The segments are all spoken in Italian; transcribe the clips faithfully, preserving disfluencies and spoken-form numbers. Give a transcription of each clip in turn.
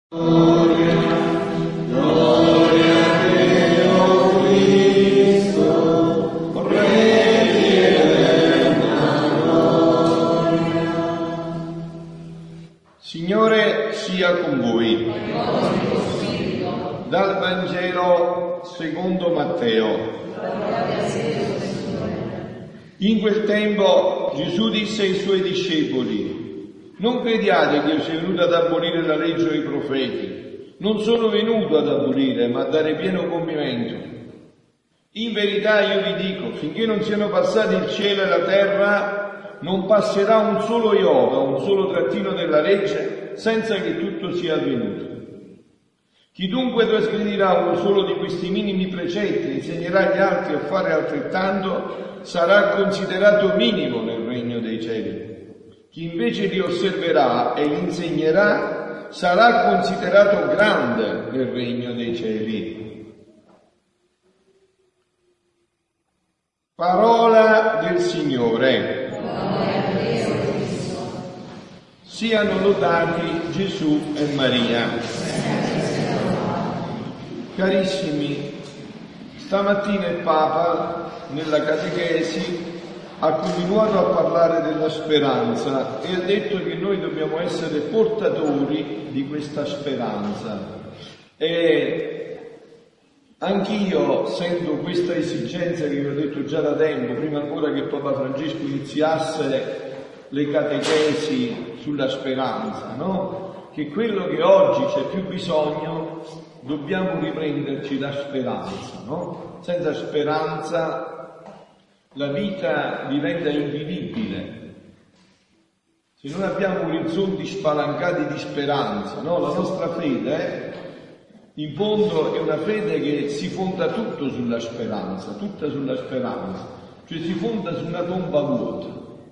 Gloria, gloria a Dio Cristo, Re eterna gloria. Signore sia con voi. Dal Vangelo secondo Matteo. In quel tempo Gesù disse ai suoi discepoli: non crediate che io sia venuto ad abolire la legge o i profeti. Non sono venuto ad abolire, ma a dare pieno compimento. In verità io vi dico, finché non siano passati il cielo e la terra, non passerà un solo iota, un solo trattino della legge, senza che tutto sia avvenuto. Chi dunque trasgredirà uno solo di questi minimi precetti e insegnerà agli altri a fare altrettanto, sarà considerato minimo nel regno dei cieli. Chi invece li osserverà e li insegnerà sarà considerato grande nel regno dei cieli. Parola del Signore. Siano lodati Gesù e Maria. Carissimi, stamattina il Papa nella catechesi ha continuato a parlare della speranza e ha detto che noi dobbiamo essere portatori di questa speranza. E anch'io sento questa esigenza che vi ho detto già da tempo, prima ancora che Papa Francesco iniziasse le catechesi sulla speranza, no? Che quello che oggi c'è più bisogno, dobbiamo riprenderci la speranza, no? Senza speranza la vita diventa invivibile. Se non abbiamo orizzonti spalancati di speranza, no? La nostra fede, in fondo, è una fede che si fonda tutto sulla speranza, tutta sulla speranza, cioè si fonda su una tomba vuota,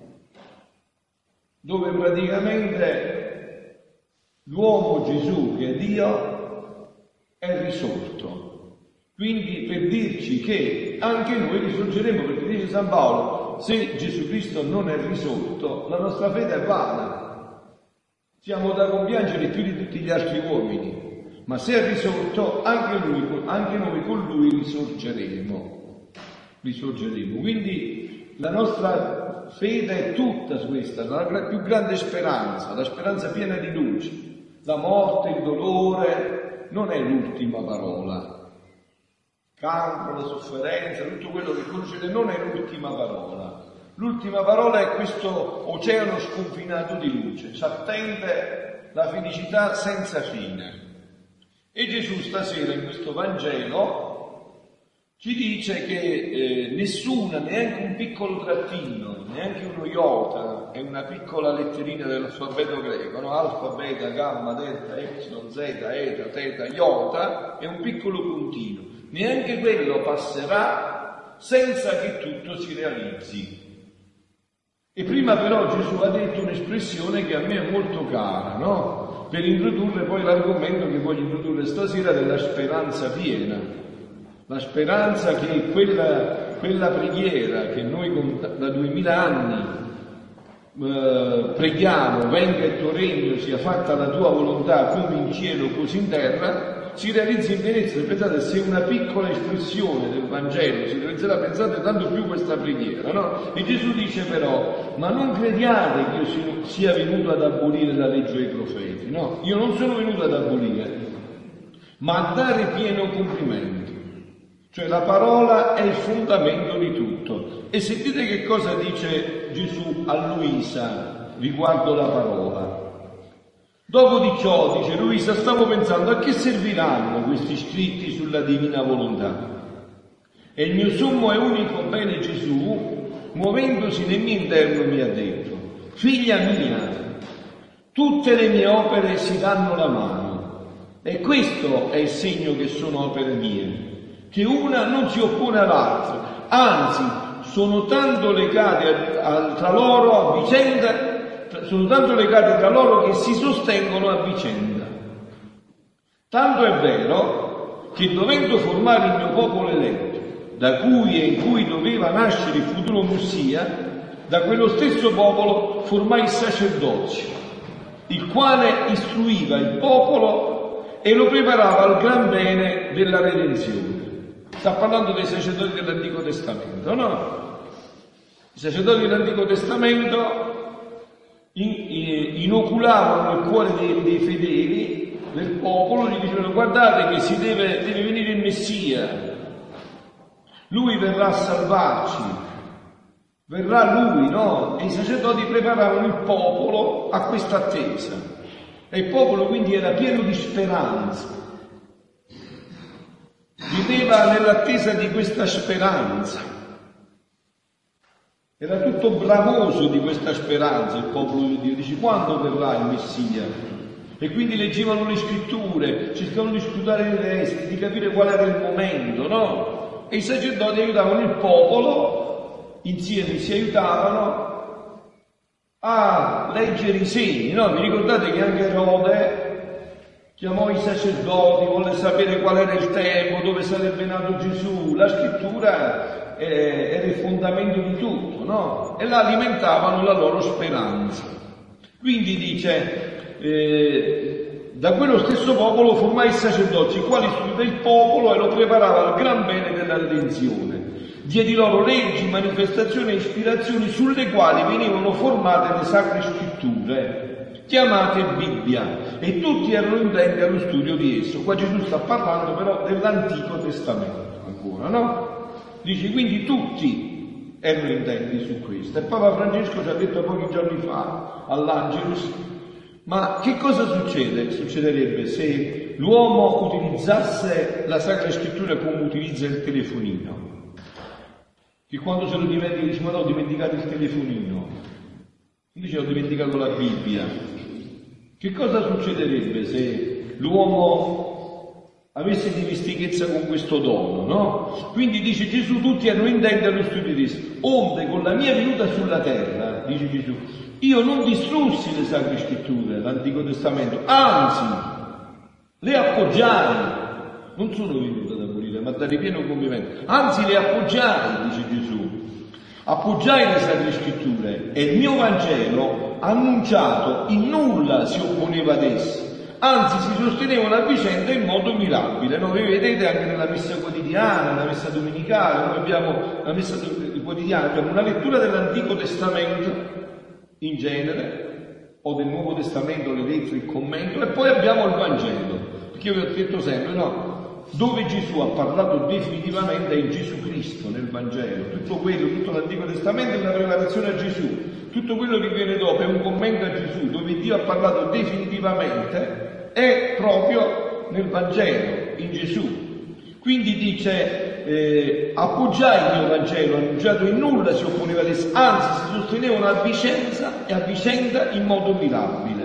dove praticamente l'uomo Gesù, che è Dio, è risorto. Quindi per dirci che anche noi risorgeremo, perché dice San Paolo, se Gesù Cristo non è risorto, la nostra fede è vana. Siamo da compiangere più di tutti gli altri uomini, ma se è risorto, anche, lui, anche noi con lui risorgeremo. Risorgeremo. Quindi la nostra fede è tutta questa, la più grande speranza, la speranza piena di luce. La morte, il dolore, non è l'ultima parola. Cancro, la sofferenza, tutto quello che concede non è l'ultima parola. L'ultima parola è questo oceano sconfinato di luce, ci attende la felicità senza fine. E Gesù stasera in questo Vangelo ci dice che eh, nessuna, neanche un piccolo trattino, neanche uno iota, è una piccola letterina dell'alfabeto greco, no? Alfa, beta, gamma, delta, epsilon, zeta, eta, teta, iota, è un piccolo puntino. Neanche quello passerà senza che tutto si realizzi. E prima però Gesù ha detto un'espressione che a me è molto cara, no? Per introdurre poi l'argomento che voglio introdurre stasera della speranza piena. La speranza che quella, quella preghiera che noi da duemila anni eh, preghiamo, venga il tuo regno, sia fatta la tua volontà come in cielo così in terra, si realizza in pienezza. Pensate, se una piccola espressione del Vangelo si realizzerà, pensate tanto più questa preghiera, no? E Gesù dice però, ma non crediate che io sia venuto ad abolire la legge dei profeti, no? Io non sono venuto ad abolire, ma a dare pieno compimento. Cioè la parola è il fondamento di tutto. E sentite che cosa dice Gesù a Luisa riguardo la parola. Dopo di ciò, dice Luisa, stavo pensando a che serviranno questi scritti sulla divina volontà. E il mio sommo e unico bene Gesù, muovendosi nel mio interno, mi ha detto: figlia mia, tutte le mie opere si danno la mano, e questo è il segno che sono opere mie, che una non si oppone all'altra, anzi sono tanto legate a, a, tra loro a vicenda, sono tanto legate tra loro che si sostengono a vicenda. Tanto è vero che, dovendo formare il mio popolo eletto, da cui e in cui doveva nascere il futuro Messia, da quello stesso popolo formai il sacerdozio, il quale istruiva il popolo e lo preparava al gran bene della redenzione. Sta parlando dei sacerdoti dell'Antico Testamento, no? I sacerdoti dell'Antico Testamento in, in, inoculavano il cuore dei, dei fedeli, del popolo, gli dicevano: guardate che si deve, deve venire il Messia, lui verrà a salvarci, verrà lui, no? E i sacerdoti preparavano il popolo a questa attesa, e il popolo quindi era pieno di speranza, viveva nell'attesa di questa speranza, era tutto bramoso di questa speranza il popolo di Dio. Dice: quando verrà il Messia? E quindi leggevano le scritture, cercavano di scrutare i testi, di capire qual era il momento, no? E i sacerdoti aiutavano il popolo, insieme si aiutavano a leggere i segni, no? Vi ricordate che anche Erode chiamò i sacerdoti, volle sapere qual era il tempo, dove sarebbe nato Gesù? La scrittura eh, era il fondamento di tutto, no? E là alimentavano la loro speranza. Quindi dice: eh, da quello stesso popolo formai i sacerdoti, i quali istruiva il popolo e lo preparava al gran bene della redenzione. Diedi loro leggi, manifestazioni e ispirazioni sulle quali venivano formate le sacre scritture, chiamate Bibbia, e tutti erano intenti allo studio di esso. Qua Gesù sta parlando però dell'Antico Testamento ancora, no? Dice: quindi tutti erano intenti su questo. E Papa Francesco ci ha detto pochi giorni fa all'Angelus: ma che cosa succede? Succederebbe se l'uomo utilizzasse la Sacra Scrittura come utilizza il telefonino? Che quando se lo dimentica dice: ma no, ho dimenticato il telefonino, invece ho dimenticato la Bibbia. Che cosa succederebbe se l'uomo avesse dimestichezza con questo dono, no? Quindi dice Gesù: tutti erano intenti allo studio di esso, onde con la mia venuta sulla terra, dice Gesù, io non distrussi le Sacre Scritture, l'Antico Testamento, anzi le appoggiai. Non sono venuto ad abolire, ma a dare pieno compimento. Anzi, le appoggiai, dice Gesù. Appoggiai le Sacre Scritture e il mio Vangelo, annunciato, in nulla si opponeva ad esse. Anzi, si sostenevano a vicenda in modo mirabile. Noi vedete anche nella messa quotidiana, nella messa domenicale, noi abbiamo la messa quotidiana, abbiamo una lettura dell'Antico Testamento in genere, o del Nuovo Testamento, le lettere, il commento, e poi abbiamo il Vangelo. Perché io vi ho detto sempre, no? Dove Gesù ha parlato definitivamente è in Gesù Cristo, nel Vangelo. Tutto quello, tutto l'Antico Testamento è una preparazione a Gesù. Tutto quello che viene dopo è un commento a Gesù, dove Dio ha parlato definitivamente è proprio nel Vangelo, in Gesù. Quindi dice, eh, appoggiai il mio Vangelo, annunciato in nulla si opponeva ad esso, anzi si sostenevano a vicenda e a vicenda in modo mirabile.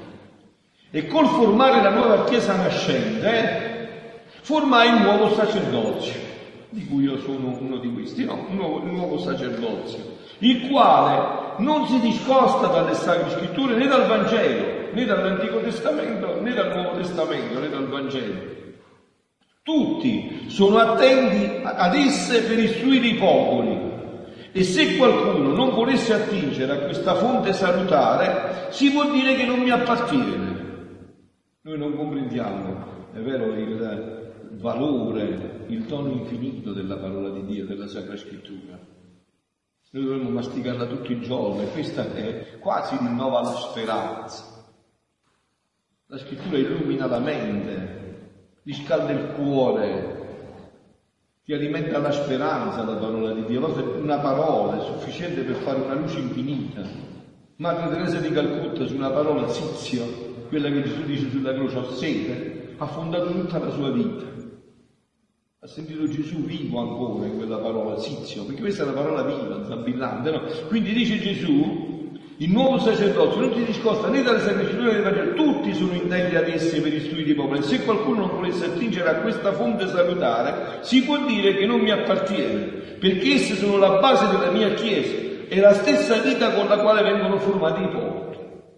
E col formare la nuova Chiesa nascente, eh, formai il nuovo sacerdozio, di cui io sono uno di questi, no, il nuovo, il nuovo sacerdozio, il quale non si discosta dalle Sacre Scritture né dal Vangelo, né dall'Antico Testamento, né dal Nuovo Testamento, né dal Vangelo. Tutti sono attenti ad esse per istruire i popoli, e se qualcuno non volesse attingere a questa fonte salutare, si può dire che non mi appartiene. Noi non comprendiamo, è vero, il valore, il dono infinito della parola di Dio, della Sacra Scrittura. Noi dovremmo masticarla tutto il giorno, e questa è quasi rinnova la speranza. La Scrittura illumina la mente, riscalda il cuore, ti alimenta la speranza, la parola di Dio. Una parola è sufficiente per fare una luce infinita. Madre Teresa di Calcutta, su una parola, zizio, quella che Gesù dice sulla croce, ho sete, ha fondato tutta la sua vita. Ha sentito Gesù vivo ancora in quella parola, zizio, perché questa è la parola viva, zabillante, no? Quindi dice Gesù, il nuovo sacerdozio non si discosta né dalle Sacre Scritture né dal Vangelo, tutti sono intenti ad esse per istruire i popoli. Se qualcuno non volesse attingere a questa fonte salutare, si può dire che non mi appartiene, perché esse sono la base della mia Chiesa e la stessa vita con la quale vengono formati i popoli.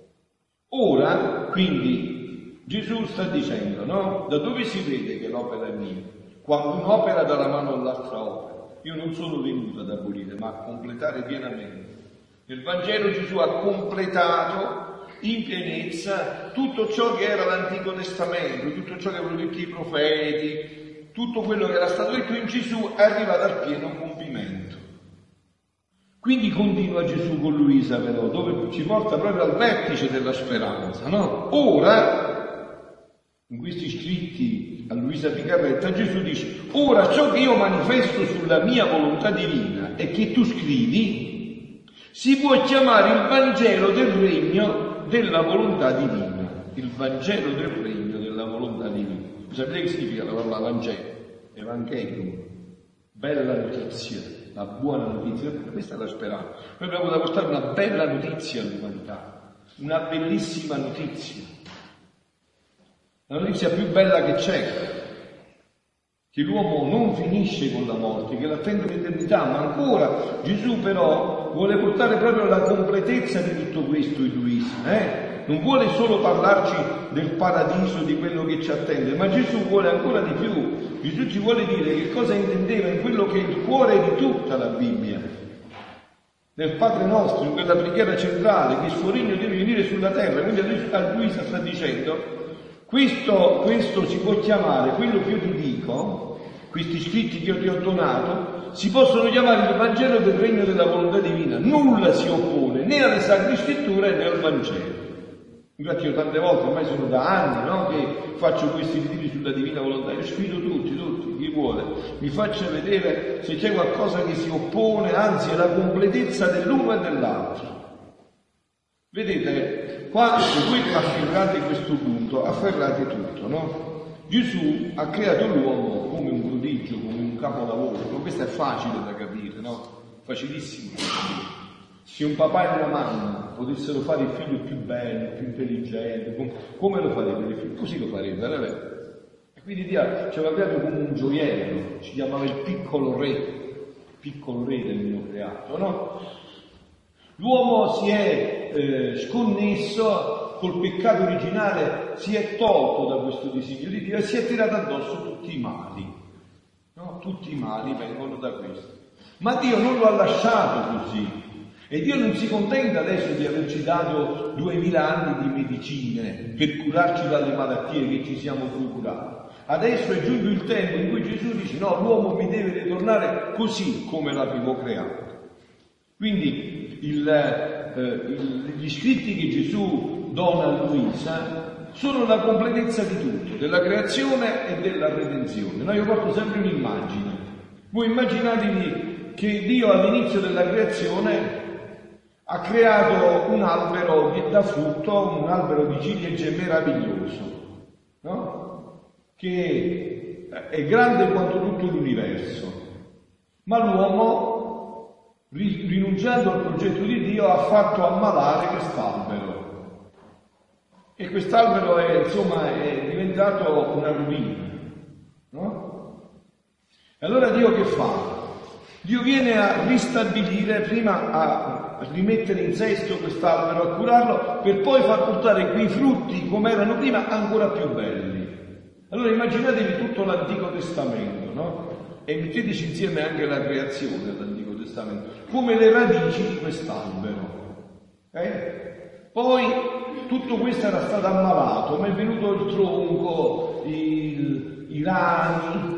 Ora, quindi, Gesù sta dicendo, no? Da dove si vede che l'opera è mia? Quando un'opera dà la mano all'altra opera. Io non sono venuto ad abolire, ma a completare pienamente. Nel Vangelo Gesù ha completato in pienezza tutto ciò che era l'Antico Testamento, tutto ciò che avevano detto i profeti, tutto quello che era stato detto in Gesù è arrivato al pieno compimento. Quindi continua Gesù con Luisa però, dove ci porta proprio al vertice della speranza, no? Ora, in questi scritti a Luisa Picarretta, Gesù dice: ora ciò che io manifesto sulla mia volontà divina e che tu scrivi si può chiamare il Vangelo del regno della volontà divina. Il Vangelo del regno della volontà divina. Sapete che significa la parola Vangelo? Evangelium, bella notizia, la buona notizia. Questa è la speranza. Noi abbiamo da portare una bella notizia all'umanità, una bellissima notizia, la notizia più bella che c'è, che l'uomo non finisce con la morte, che l'attende l'eternità, ma ancora Gesù però vuole portare proprio alla completezza di tutto questo in Luisa, eh? Non vuole solo parlarci del paradiso, di quello che ci attende, ma Gesù vuole ancora di più. Gesù ci vuole dire che cosa intendeva in quello che è il cuore di tutta la Bibbia, nel Padre nostro, in quella preghiera centrale, che il suo regno deve venire sulla terra. Quindi a Luisa sta dicendo: questo, questo si può chiamare, quello che io ti dico, questi scritti che io ti ho donato, si possono chiamare il Vangelo del regno della volontà divina. Nulla si oppone né alle Sacre Scritture né al Vangelo. Infatti io tante volte, ormai sono da anni, no, che faccio questi ritiri sulla divina volontà. Io sfido tutti, tutti, chi vuole, mi faccia vedere se c'è qualcosa che si oppone, anzi è la completezza dell'uno e dell'altro. Vedete, qua se voi afferrate questo punto, afferrate tutto, no? Gesù ha creato l'uomo come un prodigio, come un capolavoro, questo è facile da capire, no? Facilissimo da capire. Se un papà e una mamma potessero fare il figlio più bello, più intelligente, come lo farebbero il figlio? Così lo farebbero, è vero? E quindi Dio ci aveva creato come un gioiello, ci chiamava il piccolo re, il piccolo re del mio creato, no? L'uomo si è eh, sconnesso col peccato originale, si è tolto da questo disegno di Dio e si è tirato addosso tutti i mali, no? Tutti i mali vengono da questo. Ma Dio non lo ha lasciato così. E Dio non si contenta adesso di averci dato duemila anni di medicine per curarci dalle malattie che ci siamo procurati. Adesso è giunto il tempo in cui Gesù dice: no, l'uomo mi deve ritornare così come l'avevo creato. Quindi il, eh, il, gli scritti che Gesù dona a Luisa sono la completezza di tutto, della creazione e della redenzione. No, io porto sempre un'immagine. Voi immaginatevi che Dio all'inizio della creazione ha creato un albero che dà frutto, un albero di ciliegie meraviglioso, no? Che è grande quanto tutto l'universo. Ma l'uomo, rinunciando al progetto di Dio, ha fatto ammalare quest'albero. E quest'albero è, insomma, è diventato una rovina, no? E allora Dio che fa? Dio viene a ristabilire, prima a rimettere in sesto quest'albero, a curarlo, per poi far portare quei frutti come erano prima ancora più belli. Allora immaginatevi tutto l'Antico Testamento, no? E metteteci insieme anche la creazione dell'Antico Testamento, come le radici di quest'albero. Eh? Poi tutto questo era stato ammalato, ma è venuto il tronco, il, i rami,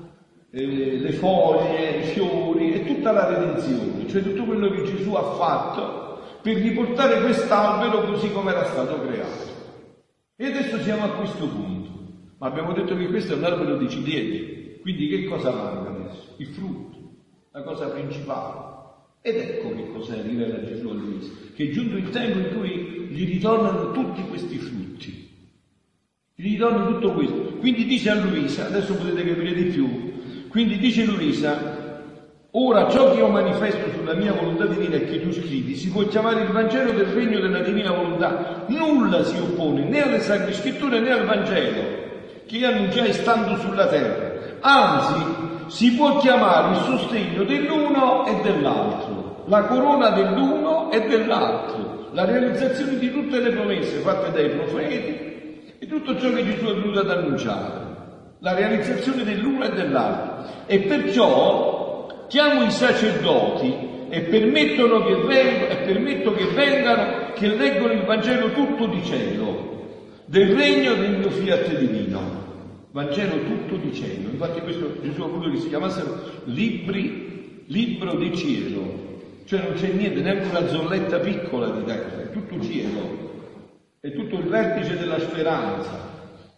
le foglie, i fiori e tutta la redenzione, cioè tutto quello che Gesù ha fatto per riportare quest'albero così come era stato creato. E adesso siamo a questo punto, ma abbiamo detto che questo è un albero di ciliegie, quindi che cosa manca adesso? Il frutto, la cosa principale. Ed ecco che cosa rivela Gesù a Luisa, che è giunto il tempo in cui gli ritornano tutti questi frutti, gli ritorna tutto questo. Quindi dice a Luisa, adesso potete capire di più. Quindi dice Luisa: ora ciò che io manifesto sulla mia volontà divina e che tu scrivi si può chiamare il Vangelo del regno della divina volontà. Nulla si oppone né alle Sacre Scritture né al Vangelo che io annunciai stando sulla terra. Anzi, si può chiamare il sostegno dell'uno e dell'altro, la corona dell'uno e dell'altro, la realizzazione di tutte le promesse fatte dai profeti e tutto ciò che Gesù è venuto ad annunciare. La realizzazione dell'uno e dell'altro. E perciò chiamo i sacerdoti e permettono che vengano, e permetto che vengano, che leggono il Vangelo tutto di cielo, del regno del mio fiat divino. Vangelo tutto di cielo. Infatti questo Gesù ha voluto che si chiamassero libri, libro di cielo. Cioè non c'è niente, neanche una zolletta piccola di terra, è tutto cielo, è tutto il vertice della speranza.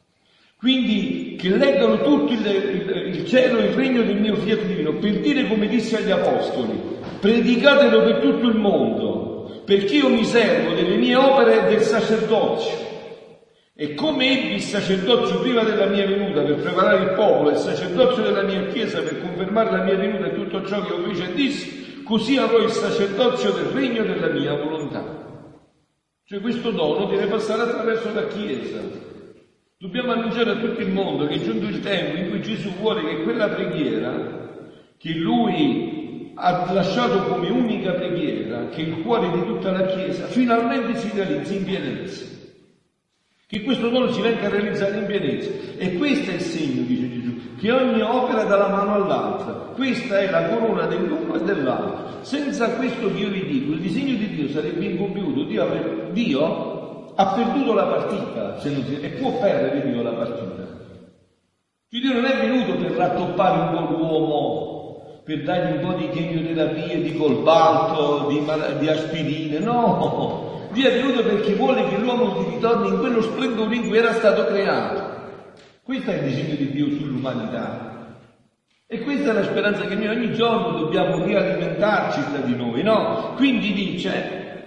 Quindi che leggano tutto il, il, il cielo e il regno del mio fiat divino, per dire come disse agli apostoli, predicatelo per tutto il mondo, perché io mi servo delle mie opere e del sacerdozio. E come ebbi il sacerdozio prima della mia venuta per preparare il popolo, e il sacerdozio della mia chiesa per confermare la mia venuta e tutto ciò che io feci e dissi, così avrò il sacerdozio del regno della mia volontà. Cioè questo dono deve passare attraverso la Chiesa. Dobbiamo annunciare a tutto il mondo che è giunto il tempo in cui Gesù vuole che quella preghiera che Lui ha lasciato come unica preghiera, che è il cuore di tutta la Chiesa, finalmente si realizzi in pienezza. Che questo dono si venga a realizzare in pienezza. E questo è il segno, dice Gesù, che ogni opera dà la mano all'altra. Questa è la corona dell'uno e dell'altro. Senza questo che io vi dico, il disegno di Dio sarebbe incompiuto. Dio, avrebbe, Dio ha perduto la partita, se non si, e può perdere Dio la partita. Dio non è venuto per rattoppare un po' l'uomo, per dargli un po' di chemioterapie, di cobalto, di, di aspirine, no! Dio è venuto perché vuole che l'uomo ritorni in quello splendore in cui era stato creato. Questo è il disegno di Dio sull'umanità. E questa è la speranza che noi ogni giorno dobbiamo rialimentarci tra di noi, no? Quindi dice,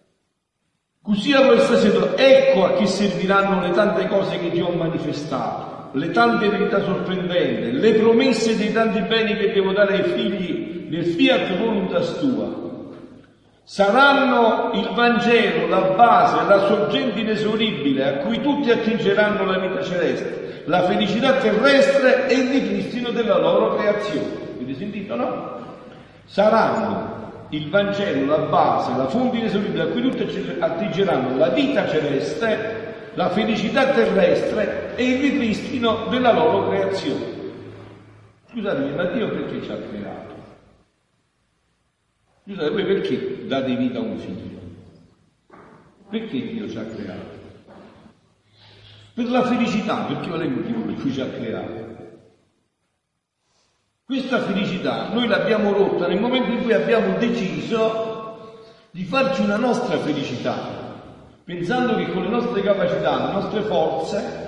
così avrò il sacerdozio, ecco a chi serviranno le tante cose che ti ho manifestato, le tante verità sorprendenti, le promesse dei tanti beni che devo dare ai figli del fiat voluntas tua. Saranno il Vangelo, la base, la sorgente inesauribile a cui tutti attingeranno la vita celeste, la felicità terrestre e il ripristino della loro creazione. Avete sentito, no? Saranno il Vangelo, la base, la fonte inesauribile a cui tutti attingeranno la vita celeste, la felicità terrestre e il ripristino della loro creazione. Scusatemi, ma Dio perché ci ha creato? Scusate, voi perché date vita a un figlio? Perché Dio ci ha creato? Per la felicità, perché qual è il motivo per cui ci ha creato? Questa felicità noi l'abbiamo rotta nel momento in cui abbiamo deciso di farci una nostra felicità, pensando che con le nostre capacità, le nostre forze,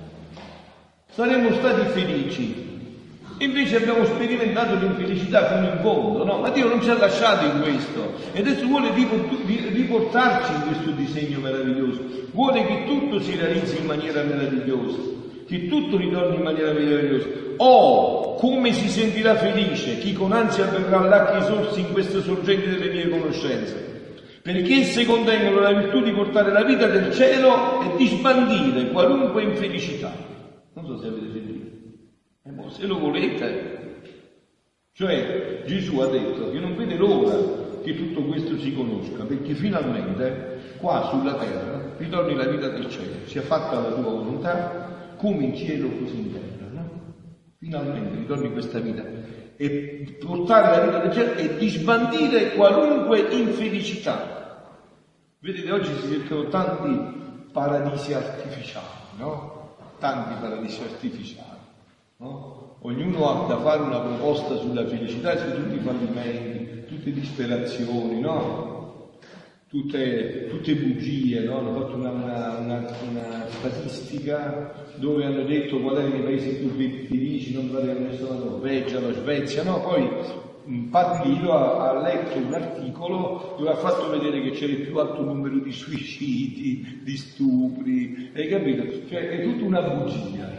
saremmo stati felici. Invece abbiamo sperimentato l'infelicità fino in fondo, no? Ma Dio non ci ha lasciato in questo e adesso vuole riportarci in questo disegno meraviglioso, vuole che tutto si realizzi in maniera meravigliosa, che tutto ritorni in maniera meravigliosa. Oh, come si sentirà felice chi con ansia verrà là che sorsi in queste sorgenti delle mie conoscenze, perché esse contengono la virtù di portare la vita del cielo e di sbandire qualunque infelicità. Non so se avete sentito. Se lo volete, cioè Gesù ha detto che non vede l'ora che tutto questo si conosca, perché finalmente qua sulla terra ritorni la vita del cielo, sia fatta la tua volontà come in cielo così in terra, no? Finalmente ritorni questa vita e portare la vita del cielo e di sbandire qualunque infelicità. Vedete, oggi si cercano tanti paradisi artificiali, no? Tanti paradisi artificiali. No? Ognuno ha da fare una proposta sulla felicità, su tutti i fallimenti, tutte disperazioni, no? Tutte, tutte bugie, no? Hanno fatto una, una, una, una statistica dove hanno detto qual è i paesi più felici, non vale la Norvegia, la Svezia, no? Poi Padrillo ha, ha letto un articolo dove ha fatto vedere che c'era il più alto numero di suicidi, di stupri, hai capito? Cioè è tutta una bugia.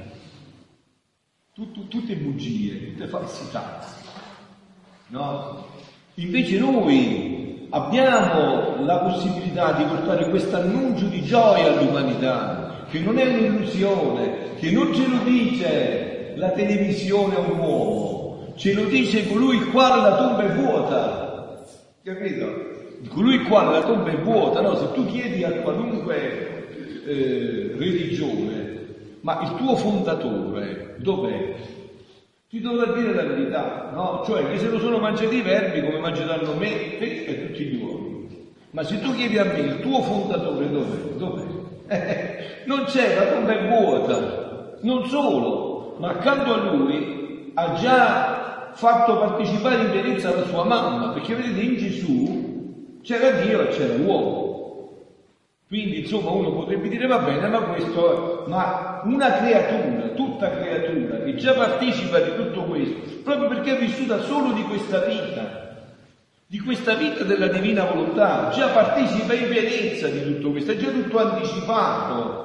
Tutto, tutte bugie, tutte falsità, no? Invece noi abbiamo la possibilità di portare questo annuncio di gioia all'umanità, che non è un'illusione, che non ce lo dice la televisione a un uomo, ce lo dice colui il quale la tomba è vuota, capito? Colui il quale la tomba è vuota, no? Se tu chiedi a qualunque eh, religione, ma il tuo fondatore dov'è? ti dovrà dire la verità, no? Cioè che se lo sono mangiati i vermi come mangeranno me, te e tutti gli uomini. Ma se tu chiedi a me il tuo fondatore dov'è? Dov'è? Eh, non c'è, la tomba è vuota. Non solo, ma accanto a lui ha già fatto partecipare in pienezza la sua mamma, perché vedete in Gesù c'era Dio e c'era l'uomo. Quindi insomma uno potrebbe dire va bene, ma questo è, ma una creatura, tutta creatura che già partecipa di tutto questo, proprio perché è vissuta solo di questa vita, di questa vita della divina volontà, già partecipa in pienezza di tutto questo, è già tutto anticipato.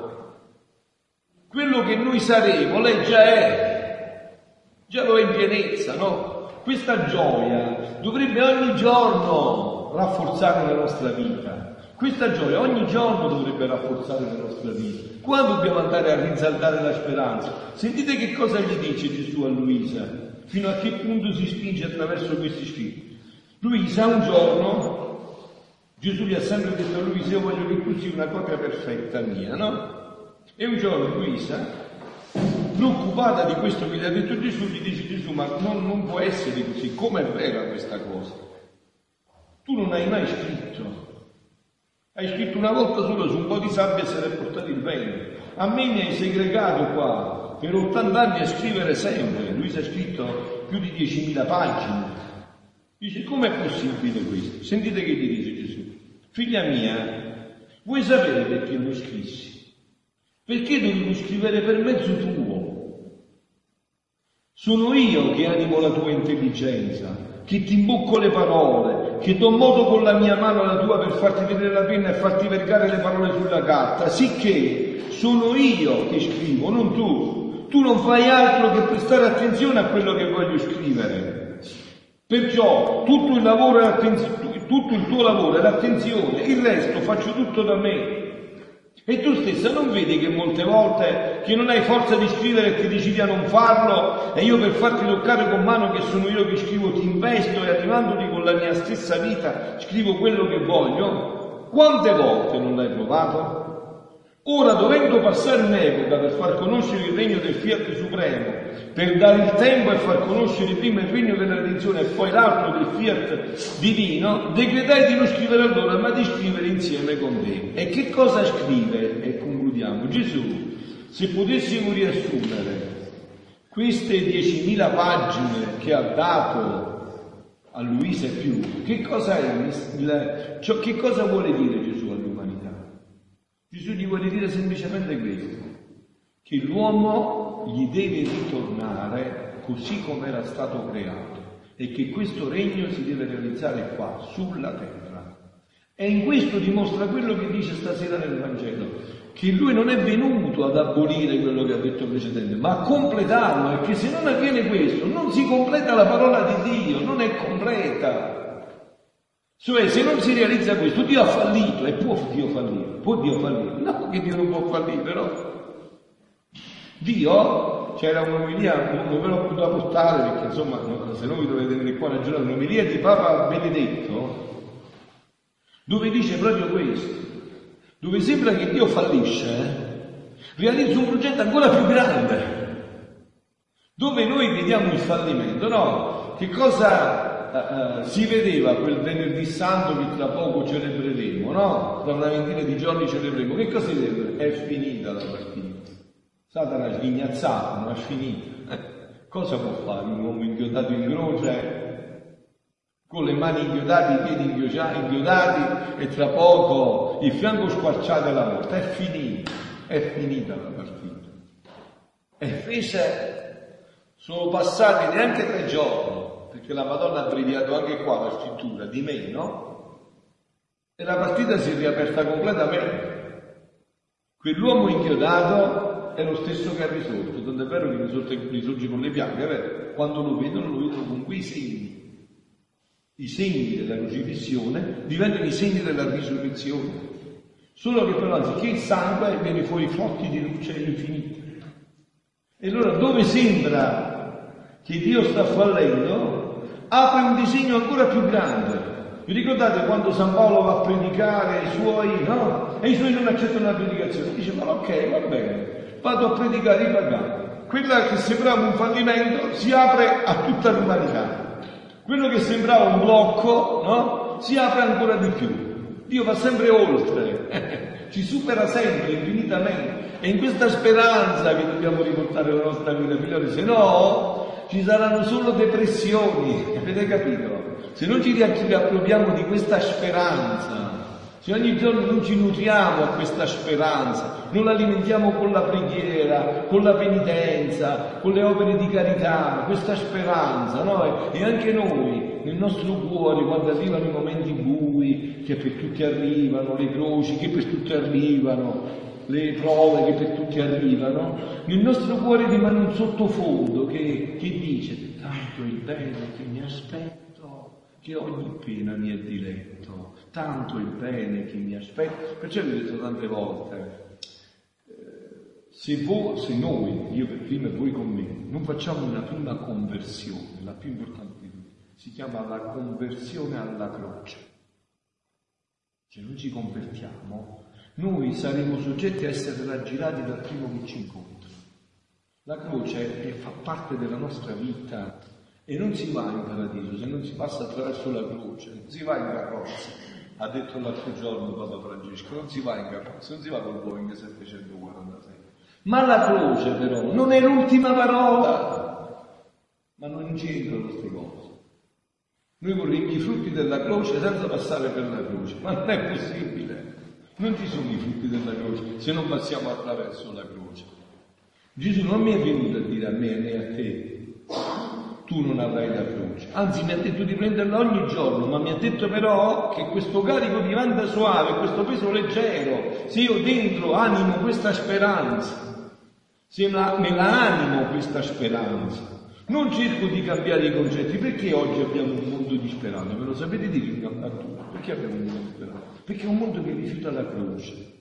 Quello che noi saremo, lei già è, già lo è in pienezza, no? Questa gioia dovrebbe ogni giorno rafforzare la nostra vita. Questa gioia ogni giorno dovrebbe rafforzare la nostra vita. Qua dobbiamo andare a rinsaldare la speranza. Sentite che cosa gli dice Gesù a Luisa, fino a che punto si spinge attraverso questi scritti. Luisa un giorno, Gesù gli ha sempre detto a Luisa, io voglio che tu sia una copia perfetta mia, no? E un giorno Luisa, preoccupata di questo che gli ha detto Gesù, gli dice Gesù, ma non, non può essere così, com'è vera questa cosa? Tu non hai mai scritto. Hai scritto una volta solo su un po' di sabbia e se l'è portato il vento. A me mi hai segregato qua per ottanta anni a scrivere sempre. Lui si è scritto più di diecimila pagine. Dice, com'è possibile questo? Sentite che gli dice Gesù. Figlia mia, vuoi sapere perché io lo scrissi? Perché dovevo scrivere per mezzo tuo? Sono io che animo la tua intelligenza, che ti imbocco le parole, che do modo con la mia mano alla tua per farti vedere la penna e farti vergare le parole sulla carta, sicché sono io che scrivo, non tu. Tu non fai altro che prestare attenzione a quello che voglio scrivere. Perciò tutto il lavoro è tutto il tuo lavoro è l'attenzione, il resto faccio tutto da me. E tu stessa non vedi che molte volte che non hai forza di scrivere e ti decidi a non farlo e io per farti toccare con mano che sono io che scrivo ti investo e arrivandoti con la mia stessa vita scrivo quello che voglio? Quante volte non l'hai provato? Ora, dovendo passare un'epoca per far conoscere il regno del Fiat Supremo, per dare il tempo e far conoscere prima il regno della redenzione e poi l'altro del Fiat divino, decretai di non scrivere allora, ma di scrivere insieme con te. E che cosa scrive? E concludiamo. Gesù, se potessimo riassumere queste diecimila pagine che ha dato a Luisa e più, che cosa è? Il, cioè, che cosa vuole dire Gesù all'umanità? Gesù gli vuole dire semplicemente questo, che l'uomo gli deve ritornare così come era stato creato e che questo regno si deve realizzare qua, sulla terra. E in questo dimostra quello che dice stasera nel Vangelo, che lui non è venuto ad abolire quello che ha detto precedentemente, ma a completarlo, e che se non avviene questo non si completa la parola di Dio, non è completa. Cioè, se non si realizza questo, Dio ha fallito. E può Dio fallire? Può Dio fallire? No, che Dio non può fallire, no? Dio, c'era un'omelia, non ve l'ho potuta portare, perché insomma, se no vi dovete venire qua una giornata, un'omelia di Papa Benedetto, dove dice proprio questo, dove sembra che Dio fallisce, eh? Realizza un progetto ancora più grande, dove noi vediamo il fallimento, no? Che cosa... Uh, si vedeva quel venerdì santo che tra poco celebreremo, no? Tra una ventina di giorni celebreremo. Che cosa si vede? È finita la partita. Satana sghignazzato, ma è finita. Eh, cosa può fare un uomo inchiodato in croce, con le mani inchiodate, i piedi inchiodati e tra poco il fianco squarciato e la morte? È finita, è finita la partita. E invece sono passati neanche tre giorni, perché la Madonna ha abbreviato anche qua la scrittura di me, no? E la partita si è riaperta completamente. Quell'uomo inchiodato è lo stesso che ha risorto, tanto è vero che risorge, risorge con le piaghe, è vero? Quando lo vedono, lo vedono con quei segni. I segni della crocifissione diventano i segni della risurrezione. Solo che però anziché il sangue viene fuori flotti di luce infinita. E allora dove sembra che Dio sta fallendo, apre un disegno ancora più grande. Vi ricordate quando San Paolo va a predicare i suoi, no? E i suoi non accettano la predicazione. Dice, ma ok, va bene, vado a predicare i pagani. quella che sembrava un fallimento si apre a tutta l'umanità. Quello che sembrava un blocco, no? Si apre ancora di più. Dio va sempre oltre, ci supera sempre, infinitamente. È in questa speranza che dobbiamo riportare la nostra vita, figlioli, se no ci saranno solo depressioni, avete capito? Se non ci riappropriamo di questa speranza, se ogni giorno non ci nutriamo a questa speranza, non la alimentiamo con la preghiera, con la penitenza, con le opere di carità, questa speranza, no? E anche noi, nel nostro cuore, quando arrivano i momenti bui, che per tutti arrivano, le croci che per tutti arrivano, le prove che per tutti arrivano, nel nostro cuore rimane un sottofondo che, che dice: tanto il bene che mi aspetto, che ogni pena mi è diletto, tanto il bene che mi aspetto. Perciò vi ho detto tante volte, eh, se, voi, se noi, io per prima e voi con me, non facciamo una prima conversione, la più importante di tutte, si chiama la conversione alla croce. Se non ci convertiamo, noi saremo soggetti a essere raggirati dal primo che ci incontra. La croce è, fa parte della nostra vita e non si va in paradiso se non si passa attraverso la croce, non si va in carrozza. Ha detto l'altro giorno Papa Francesco, non si va in carrozza, non si va col Boeing settecentoquarantasei. Ma la croce però non è l'ultima parola, ma non c'entrano queste cose. Noi vorremmo i frutti della croce senza passare per la croce, ma non è possibile. Non ci sono i frutti della croce se non passiamo attraverso la croce. Gesù non mi è venuto a dire a me né a te: tu non avrai la croce. Anzi, mi ha detto di prenderla ogni giorno, ma mi ha detto però che questo carico diventa suave, questo peso leggero, se io dentro animo questa speranza, se me la, me la animo questa speranza. Non cerco di cambiare i concetti. Perché oggi abbiamo un mondo di speranza? Me lo sapete dire a tutti? Perché abbiamo un mondo di speranza? Perché è un mondo che rifiuta la croce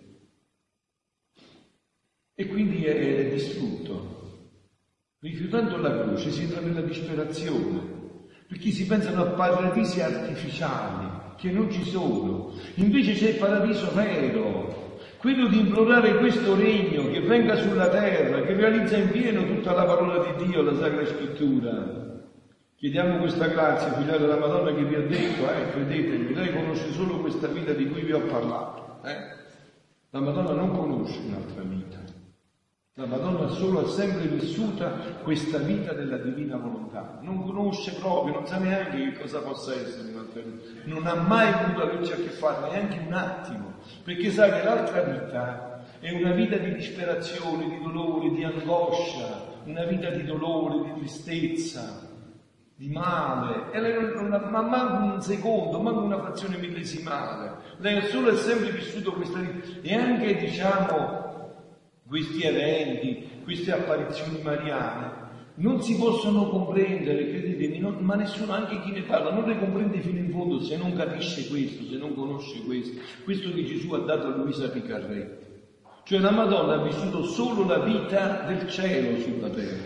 e quindi è, è distrutto. Rifiutando la croce si entra nella disperazione, perché si pensano a paradisi artificiali che non ci sono. Invece c'è il paradiso vero, quello di implorare questo regno che venga sulla terra, che realizza in pieno tutta la parola di Dio, la Sacra Scrittura. Chiediamo questa grazia, figlioli della Madonna, che vi ho detto, eh, credetemi, lei conosce solo questa vita di cui vi ho parlato. Eh? La Madonna non conosce un'altra vita. La Madonna solo ha sempre vissuta questa vita della divina volontà. Non conosce proprio, non sa neanche che cosa possa essere un'altra vita. Non ha mai avuto averci a che fare, neanche un attimo, perché sa che l'altra vita è una vita di disperazione, di dolore, di angoscia, una vita di dolore, di tristezza, di male, e lei non ha ma manco un secondo, manco una frazione millesimale. Lei ha solo e sempre vissuto questa vita. E anche, diciamo, questi eventi, queste apparizioni mariane, non si possono comprendere, credetemi, non, ma nessuno, anche chi ne parla, non le comprende fino in fondo se non capisce questo, se non conosce questo, questo che Gesù ha dato a Luisa Picarretti. Cioè la Madonna ha vissuto solo la vita del cielo sulla terra.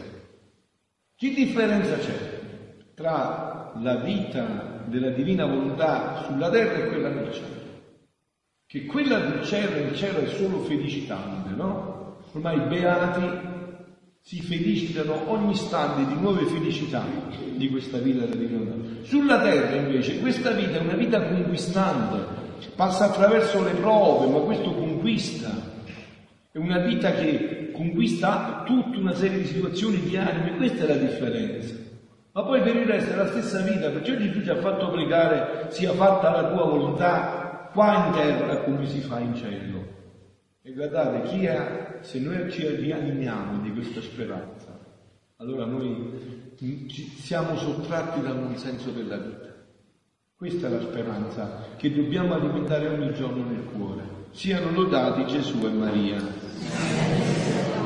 Che differenza c'è tra la vita della divina volontà sulla terra e quella del cielo? Che quella del cielo, il cielo è solo felicitante, no? Ormai i beati si felicitano ogni istante di nuove felicità di questa vita della divina volontà. Sulla terra invece questa vita è una vita conquistante, passa attraverso le prove, ma questo conquista. È una vita che conquista tutta una serie di situazioni di anime, questa è la differenza. Ma poi per il resto è la stessa vita, perciò Gesù ci ha fatto pregare: sia fatta la tua volontà qua in terra come si fa in cielo. E guardate, chi ha, se noi ci rianimiamo di questa speranza, allora noi ci siamo sottratti dal non senso della vita. Questa è la speranza che dobbiamo alimentare ogni giorno nel cuore. Siano lodati Gesù e Maria.